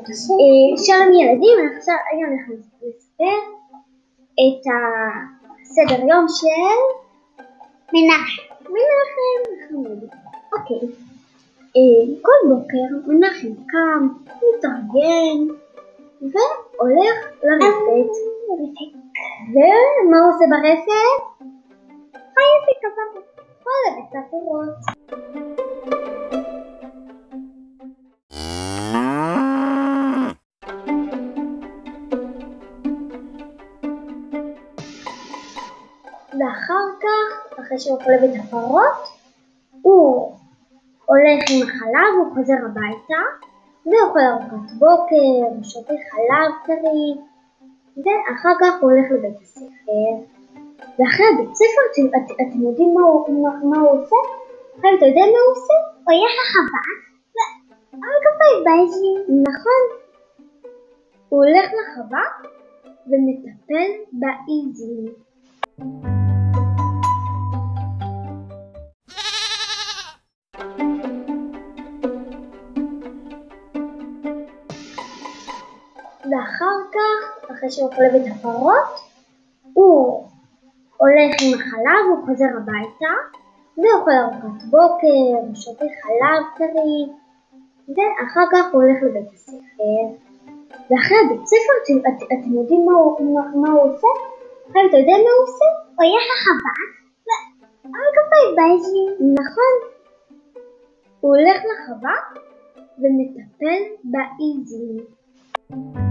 בבית הספר. שלום ילדים, עכשיו היום אנחנו נספר את הסדר יום של מנחם חמודי. אוקיי, כל בוקר מנחם קם, מתארגן והולך לרפת. ומה הוא עושה ברפת? חייסי כזה, חולב את הפירות. ואחר כך, אחרי שהוא חולב את הפרות, הוא הולך עם החלב, הוא חוזר הביתה, ואוכל ארוחת בוקר, שותה חלב טרי, ואחר כך הוא הולך לבית הספר. ואחרי הבית ספר, אתם יודעים מה הוא עושה? אתה יודע מה הוא עושה? הוא הולך לחווה, וכפי בייזי. נכון. הוא הולך לחווה ומטפל בעיזים. ואחר כך, אחרי שהוא חולב את הפרות, הוא הולך עם החלב, הוא חוזר הביתה, ואוכל ארוחת בוקר, שותה חלב טרי, ואחר כך הוא הולך לבית הספר. ואחרי הבית ספר, אתם יודעים מה הוא עושה? אתה יודע מה הוא עושה? הוא הולך לחווה, וכפי בייזי. נכון. הוא הולך לחווה ומטפל בעיזים.